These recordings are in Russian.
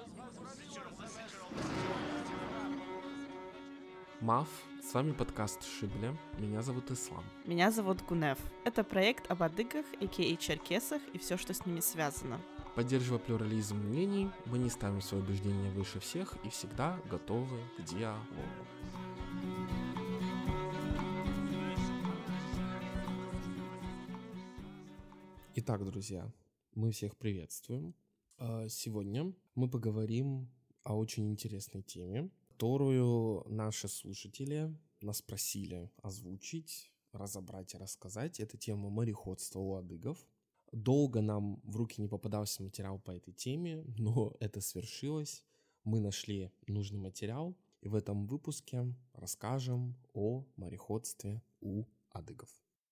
Мав, с вами подкаст Шибля, меня зовут Ислам. Меня зовут Гунев. Это проект об адыгах, а.к.а. черкесах и все, что с ними связано. Поддерживая плюрализм мнений, мы не ставим свои убеждения выше всех и всегда готовы к диалогу. Итак, друзья, мы всех приветствуем. Сегодня мы поговорим о очень интересной теме, которую наши слушатели нас просили озвучить, разобрать и рассказать. Это тема мореходства у адыгов. Долго нам в руки не попадался материал по этой теме, но это свершилось. Мы нашли нужный материал, и в этом выпуске расскажем о мореходстве у адыгов.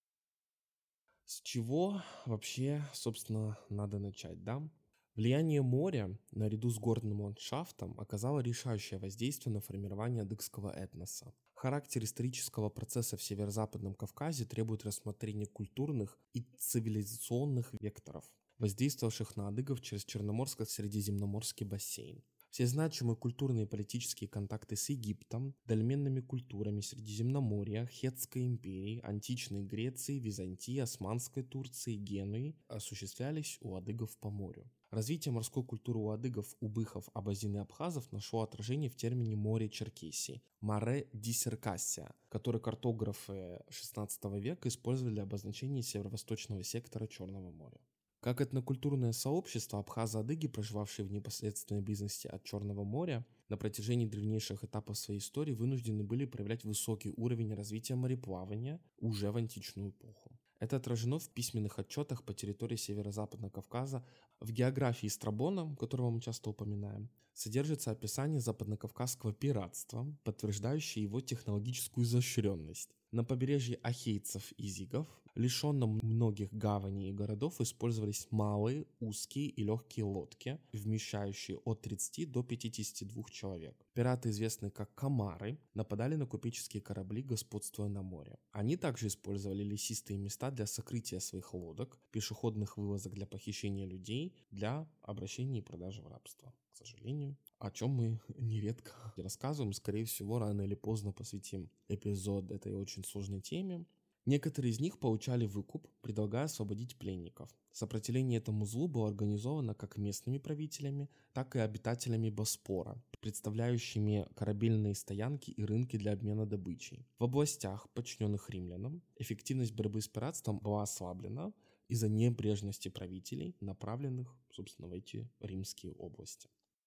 С чего вообще, собственно, надо начать, да? Влияние моря, наряду с горным ландшафтом, оказало решающее воздействие на формирование адыгского этноса. Характер исторического процесса в Северо-Западном Кавказе требует рассмотрения культурных и цивилизационных векторов, воздействовавших на адыгов через Черноморско-Средиземноморский бассейн. Все значимые культурные и политические контакты с Египтом, дольменными культурами Средиземноморья, Хеттской империи, античной Греции, Византии, Османской Турции, Генуи осуществлялись у адыгов по морю. Развитие морской культуры у адыгов, убыхов, абазин и абхазов нашло отражение в термине «море Черкесии» – «маре дисеркасия», который картографы XVI века использовали для обозначения северо-восточного сектора Черного моря. Как этнокультурное сообщество, абхазы-адыги, проживавшие в непосредственной близости от Черного моря, на протяжении древнейших этапов своей истории вынуждены были проявлять высокий уровень развития мореплавания уже в античную эпоху. Это отражено в письменных отчетах по территории Северо-Западного Кавказа. В географии Страбона, которого мы часто упоминаем, содержится описание западнокавказского пиратства, подтверждающее его технологическую изощренность. На побережье ахейцев и зигов, лишенном многих гаваней и городов, использовались малые, узкие и легкие лодки, вмещающие от 30 до 52 человек. Пираты, известные как камары, нападали на купеческие корабли, господствуя на море. Они также использовали лесистые места для сокрытия своих лодок, пешеходных вылазок для похищения людей, для обращения и продажи в рабство. К сожалению, о чем мы нередко рассказываем, скорее всего, рано или поздно посвятим эпизод этой очень сложной теме. Некоторые из них получали выкуп, предлагая освободить пленников. Сопротивление этому злу было организовано как местными правителями, так и обитателями Боспора, представляющими корабельные стоянки и рынки для обмена добычей. В областях, подчиненных римлянам, эффективность борьбы с пиратством была ослаблена из-за небрежности правителей, направленных, собственно, в эти римские области.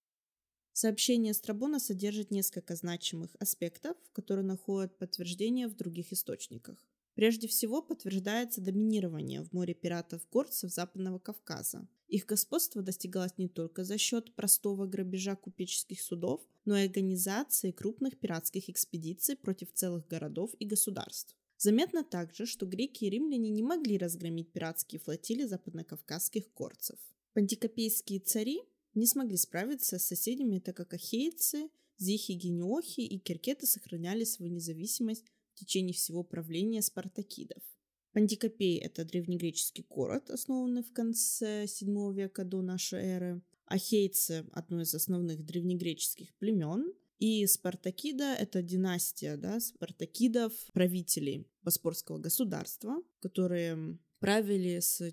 Сообщение Страбона содержит несколько значимых аспектов, которые находят подтверждение в других источниках. Прежде всего, подтверждается доминирование в море пиратов-горцев Западного Кавказа. Их господство достигалось не только за счет простого грабежа купеческих судов, но и организации крупных пиратских экспедиций против целых городов и государств. Заметно также, что греки и римляне не могли разгромить пиратские флотилии западнокавказских горцев. Пантикопейские цари не смогли справиться с соседями, так как ахейцы, зихи, гениохи и киркеты сохраняли свою независимость в течение всего правления спартакидов. Пантикопей – это древнегреческий город, основанный в конце VII века до нашей эры. Ахейцы – одно из основных древнегреческих племен. И Спартакида – это династия спартакидов, правителей Боспорского государства, которые правили с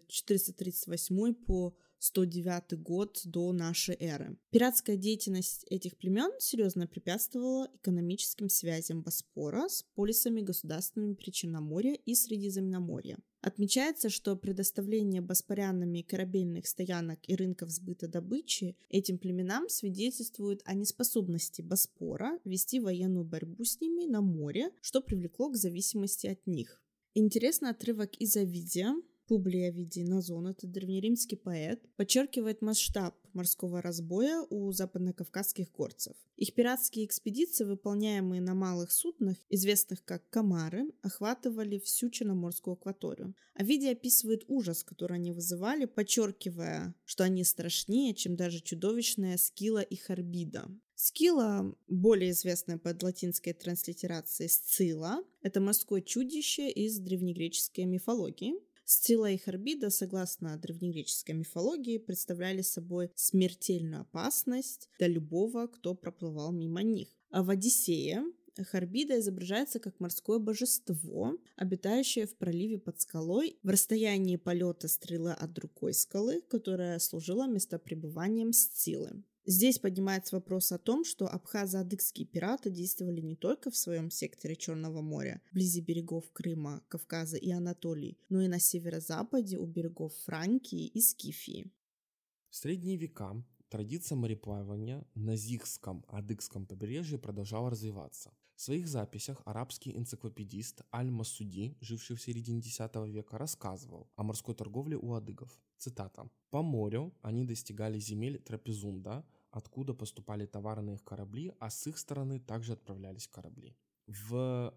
438 по 109 год до нашей эры. Пиратская деятельность этих племен серьезно препятствовала экономическим связям Боспора с полисами государствами Причерноморья и Средиземноморья. Отмечается, что предоставление боспорянами корабельных стоянок и рынков сбыта добычи этим племенам свидетельствует о неспособности Боспора вести военную борьбу с ними на море, что привлекло к зависимости от них. Интересный отрывок из Овидия. Публий Овидий Назон, это древнеримский поэт, подчеркивает масштаб морского разбоя у западнокавказских горцев. Их пиратские экспедиции, выполняемые на малых суднах, известных как камары, охватывали всю Черноморскую акваторию. Овидий описывает ужас, который они вызывали, подчеркивая, что они страшнее, чем даже чудовищная Скилла и Харбида. Скилла, более известная под латинской транслитерацией Сцилла, это морское чудище из древнегреческой мифологии. Сцилла и Харбида, согласно древнегреческой мифологии, представляли собой смертельную опасность для любого, кто проплывал мимо них. А в «Одиссее» Харбида изображается как морское божество, обитающее в проливе под скалой в расстоянии полета стрелы от другой скалы, которая служила местопребыванием Сциллы. Здесь поднимается вопрос о том, что абхазо-адыгские пираты действовали не только в своем секторе Черного моря, вблизи берегов Крыма, Кавказа и Анатолии, но и на северо-западе у берегов Франкии и Скифии. В средние века традиция мореплавания на Зихском адыгском побережье продолжала развиваться. В своих записях арабский энциклопедист Аль-Масуди, живший в середине X века, рассказывал о морской торговле у адыгов. Цитата. «По морю они достигали земель Трапезунда, откуда поступали товары на их корабли, а с их стороны также отправлялись корабли». В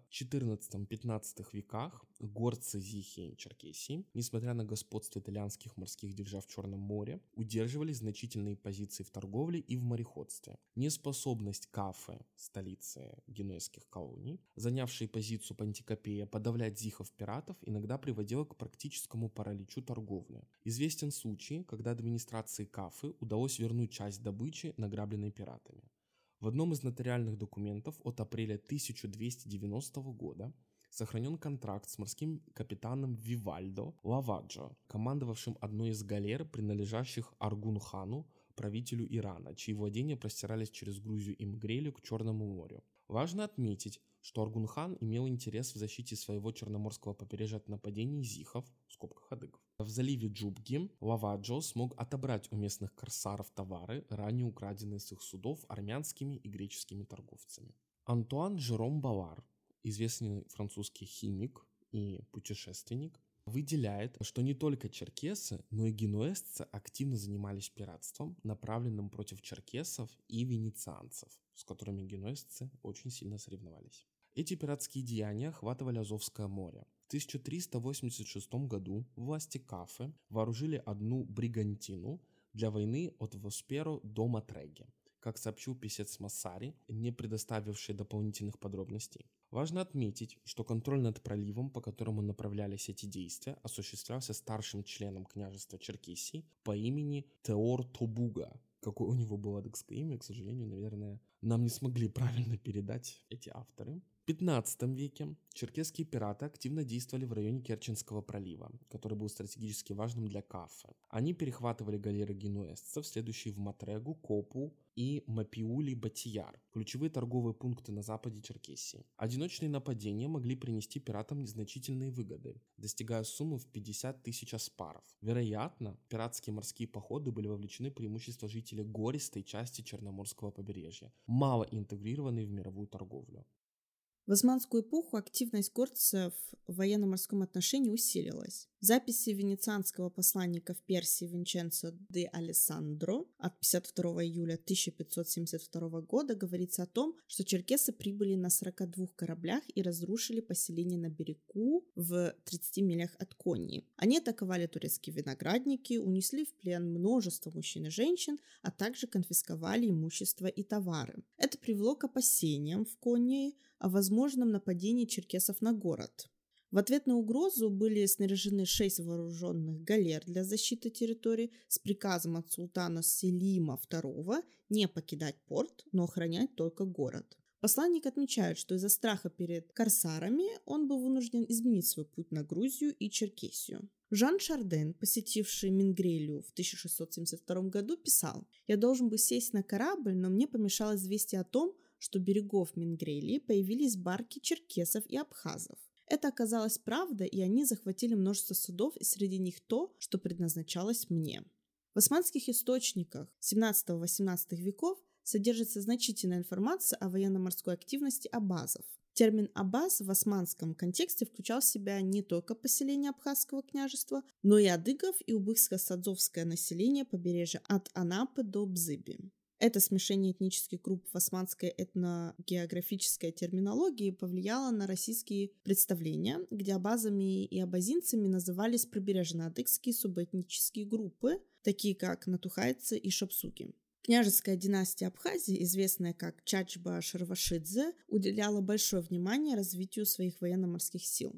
XIV-XV веках горцы Зихии и Черкесии, несмотря на господство итальянских морских держав в Черном море, удерживали значительные позиции в торговле и в мореходстве. Неспособность Кафы, столицы генуэзских колоний, занявшей позицию Пантикопея, подавлять зихов-пиратов иногда приводила к практическому параличу торговли. Известен случай, когда администрации Кафы удалось вернуть часть добычи, награбленной пиратами. В одном из нотариальных документов от апреля 1290 года сохранен контракт с морским капитаном Вивальдо Лаваджо, командовавшим одной из галер, принадлежащих Аргун-хану, правителю Ирана, чьи владения простирались через Грузию и Мгрелию к Черному морю. Важно отметить, что Аргун-хан имел интерес в защите своего черноморского побережья от нападений зихов, в скобках адыгов. В заливе Джубги Лаваджо смог отобрать у местных корсаров товары, ранее украденные с их судов армянскими и греческими торговцами. Антуан Жером Балар, известный французский химик и путешественник, выделяет, что не только черкесы, но и генуэзцы активно занимались пиратством, направленным против черкесов и венецианцев, с которыми генуэзцы очень сильно соревновались. Эти пиратские деяния охватывали Азовское море. В 1386 году власти Кафы вооружили одну бригантину для войны от Восперо до Матреги, как сообщил писец Массари, не предоставивший дополнительных подробностей. Важно отметить, что контроль над проливом, по которому направлялись эти действия, осуществлялся старшим членом княжества Черкесии по имени Теор Тобуга. Какое у него было адыгское имя, к сожалению, наверное, нам не смогли правильно передать эти авторы. В 15 веке черкесские пираты активно действовали в районе Керченского пролива, который был стратегически важным для Кафы. Они перехватывали галеры генуэзцев, следующие в Матрегу, Копу и Мапиули-Батияр, ключевые торговые пункты на западе Черкесии. Одиночные нападения могли принести пиратам незначительные выгоды, достигая суммы в 50 тысяч аспаров. Вероятно, пиратские морские походы были вовлечены преимущество жителей гористой части Черноморского побережья, мало интегрированные в мировую торговлю. В османскую эпоху активность горцев в военно-морском отношении усилилась. В записи венецианского посланника в Персии Винченцо де Алессандро от 52 июля 1572 года говорится о том, что черкесы прибыли на 42 кораблях и разрушили поселение на берегу в 30 милях от Коньи. Они атаковали турецкие виноградники, унесли в плен множество мужчин и женщин, а также конфисковали имущество и товары. Это привело к опасениям в Коньи о возможном нападении черкесов на город. В ответ на угрозу были снаряжены 6 вооруженных галер для защиты территории с приказом от султана Селима II не покидать порт, но охранять только город. Посланник отмечает, что из-за страха перед корсарами он был вынужден изменить свой путь на Грузию и Черкесию. Жан Шарден, посетивший Мингрелию в 1672 году, писал: «Я должен был сесть на корабль, но мне помешало известие о том, что у берегов Мингрелии появились барки черкесов и абхазов. Это оказалось правдой, и они захватили множество судов, и среди них то, что предназначалось мне». В османских источниках 17-18 веков содержится значительная информация о военно-морской активности абазов. Термин «абаз» в османском контексте включал в себя не только поселение Абхазского княжества, но и адыгов и убыхско-садзовское население побережья от Анапы до Бзыби. Это смешение этнических групп в османской этногеографической терминологии повлияло на российские представления, где абазами и абазинцами назывались прибережно-адыгские субэтнические группы, такие как натухайцы и шапсуки. Княжеская династия Абхазии, известная как Чачба-Шарвашидзе, уделяла большое внимание развитию своих военно-морских сил.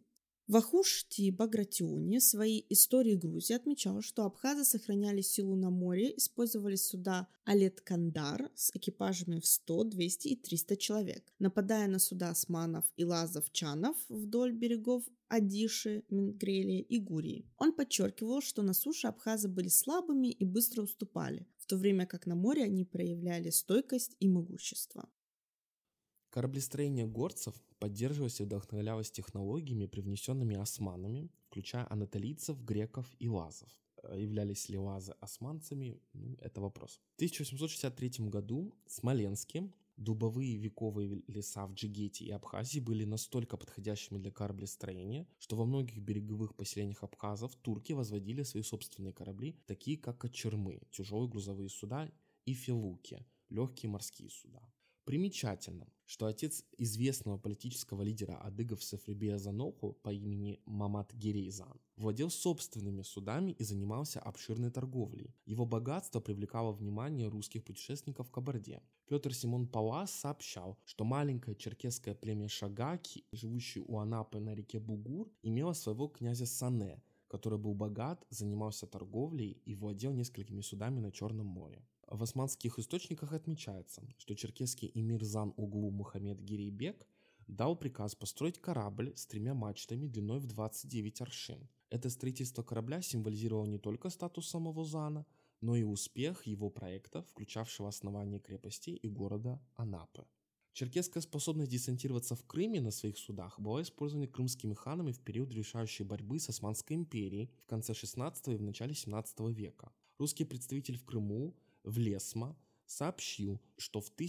Вахушти Багратиони в своей «Истории Грузии» отмечал, что абхазы сохраняли силу на море, использовали суда Алет-Кандар с экипажами в 100, 200 и 300 человек, нападая на суда османов и лазов-чанов вдоль берегов Адиши, Менгрелии и Гурии. Он подчеркивал, что на суше абхазы были слабыми и быстро уступали, в то время как на море они проявляли стойкость и могущество. Кораблестроение горцев поддерживалось и вдохновлялось технологиями, привнесенными османами, включая анатолийцев, греков и лазов. Являлись ли лазы османцами? Это вопрос. В 1863 году в Смоленске дубовые вековые леса в Джигете и Абхазии были настолько подходящими для кораблестроения, что во многих береговых поселениях абхазов турки возводили свои собственные корабли, такие как кочермы, тяжелые грузовые суда, и филуки, легкие морские суда. Примечательно, что отец известного политического лидера адыгов Сафребея Заноху по имени Мамат Герейзан владел собственными судами и занимался обширной торговлей. Его богатство привлекало внимание русских путешественников в Кабарде. Петр Симон Палас сообщал, что маленькое черкесское племя Шагаки, живущее у Анапы на реке Бугур, имело своего князя Сане, который был богат, занимался торговлей и владел несколькими судами на Черном море. В османских источниках отмечается, что черкесский эмир Зан-Углу Мухаммед Гирейбек дал приказ построить корабль с 3 мачтами длиной в 29 аршин. Это строительство корабля символизировало не только статус самого Зана, но и успех его проекта, включавшего основание крепостей и города Анапы. Черкесская способность десантироваться в Крыме на своих судах была использована крымскими ханами в период решающей борьбы с Османской империей в конце 16 и в начале 17 века. Русский представитель в Крыму Влесма сообщил, что в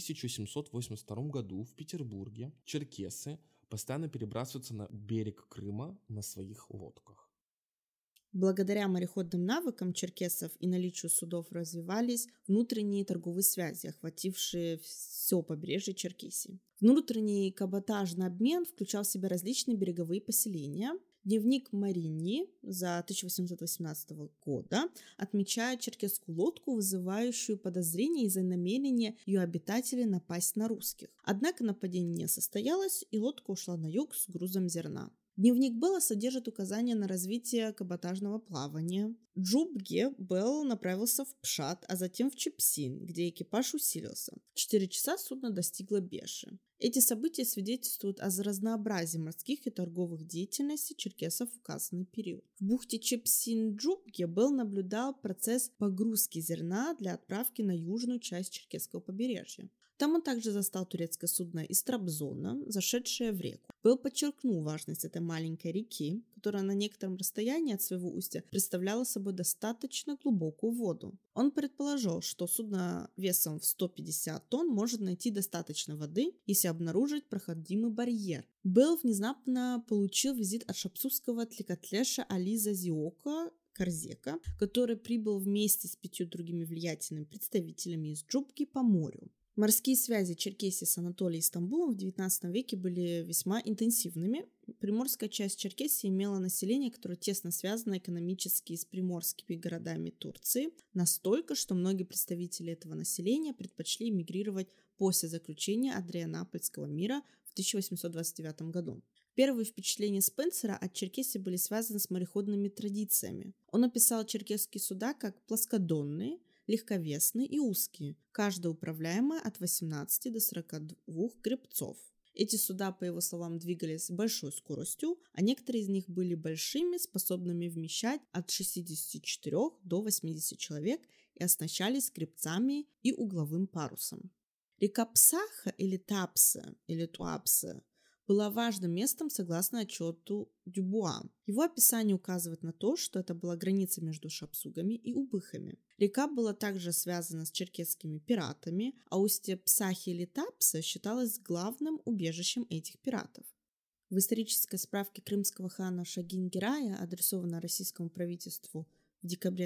1782 году в Петербурге черкесы постоянно перебрасываются на берег Крыма на своих лодках. Благодаря мореходным навыкам черкесов и наличию судов развивались внутренние торговые связи, охватившие все побережье Черкесии. Внутренний каботажный обмен включал в себя различные береговые поселения. Дневник Марини за 1818 года отмечает черкесскую лодку, вызывающую подозрения из-за намерения ее обитателей напасть на русских. Однако нападение не состоялось, и лодка ушла на юг с грузом зерна. Дневник Белла содержит указания на развитие каботажного плавания. Джубге Белл направился в Пшат, а затем в Чепсин, где экипаж усилился. В 4 часа судно достигло Беши. Эти события свидетельствуют о разнообразии морских и торговых деятельностей черкесов в указанный период. В бухте Чепсин-Джубге Белл наблюдал процесс погрузки зерна для отправки на южную часть черкесского побережья. Там он также застал турецкое судно из Трабзона, зашедшее в реку. Белл подчеркнул важность этой маленькой реки, которая на некотором расстоянии от своего устья представляла собой достаточно глубокую воду. Он предположил, что судно весом в 150 тонн может найти достаточно воды, если обнаружить проходимый барьер. Белл внезапно получил визит от шапсутского тлекотлеша Ализа Зиока Карзека, который прибыл вместе с 5 другими влиятельными представителями из Джубги по морю. Морские связи Черкесии с Анатолией и Стамбулом в XIX веке были весьма интенсивными. Приморская часть Черкесии имела население, которое тесно связано экономически с приморскими городами Турции, настолько, что многие представители этого населения предпочли эмигрировать после заключения Адрианопольского мира в 1829 году. Первые впечатления Спенсера от Черкесии были связаны с мореходными традициями. Он описал черкесские суда как плоскодонные, легковесные и узкие, каждая управляемая от 18 до 42 гребцов. Эти суда, по его словам, двигались с большой скоростью, а некоторые из них были большими, способными вмещать от 64 до 80 человек и оснащались гребцами и угловым парусом. Река Псаха или Тапса или Туапса была важным местом согласно отчету Дюбуа. Его описание указывает на то, что это была граница между шапсугами и убыхами. Река была также связана с черкесскими пиратами, а устье Псахи или Тапса считалось главным убежищем этих пиратов. В исторической справке крымского хана Шагин-Герая, адресованной российскому правительству в декабре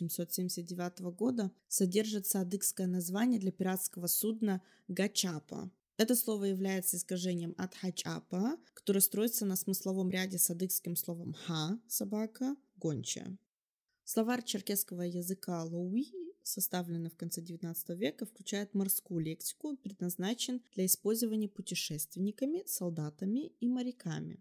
1779 года, содержится адыгское название для пиратского судна Гачапа. Это слово является искажением от хачапа, которое строится на смысловом ряде с адыгским словом ха – собака, гончая. Словарь черкесского языка Лоуи, составленный в конце XIX века, включает морскую лексику, предназначен для использования путешественниками, солдатами и моряками.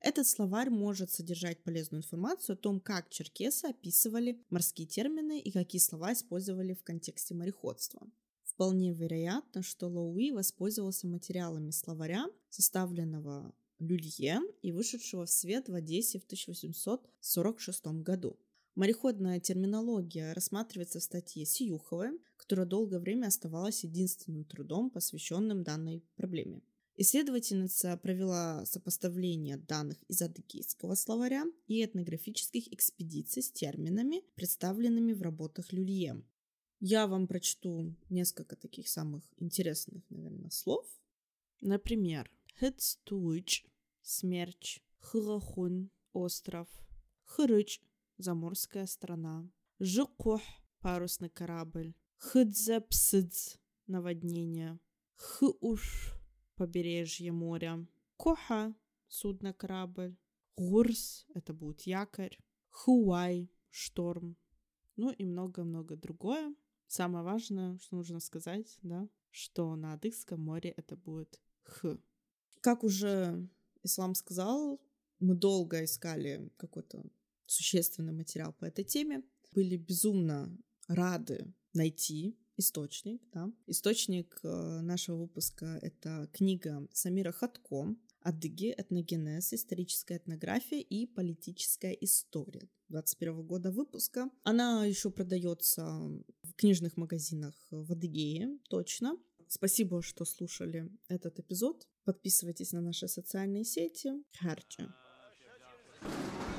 Этот словарь может содержать полезную информацию о том, как черкесы описывали морские термины и какие слова использовали в контексте мореходства. Вполне вероятно, что Лоуи воспользовался материалами словаря, составленного Люлье и вышедшего в свет в Одессе в 1846 году. Мореходная терминология рассматривается в статье Сиюховой, которая долгое время оставалась единственным трудом, посвященным данной проблеме. Исследовательница провела сопоставление данных из адыгейского словаря и этнографических экспедиций с терминами, представленными в работах Люлье. Я вам прочту несколько таких самых интересных, наверное, слов. Например, Хыцтуич – смерч, Хырахун – остров, Хырыч – заморская страна, Жыкох – парусный корабль, Хыдзепсыдз – наводнение, Хыуш – побережье моря, Коха – судно-корабль, Гурс – это будет якорь, Хуай – шторм, ну и много-много другое. Самое важное, что нужно сказать, да, что на Адыгском море это будет Х. Как уже Ислам сказал, мы долго искали какой-то существенный материал по этой теме. Были безумно рады найти источник. Да. Источник нашего выпуска — это книга Самира Хатко «Адыги. Этногенез. Историческая этнография и политическая история» 2021 года выпуска. Она еще продается в книжных магазинах в Адыгее, точно. Спасибо, что слушали этот эпизод. Подписывайтесь на наши социальные сети. Харча.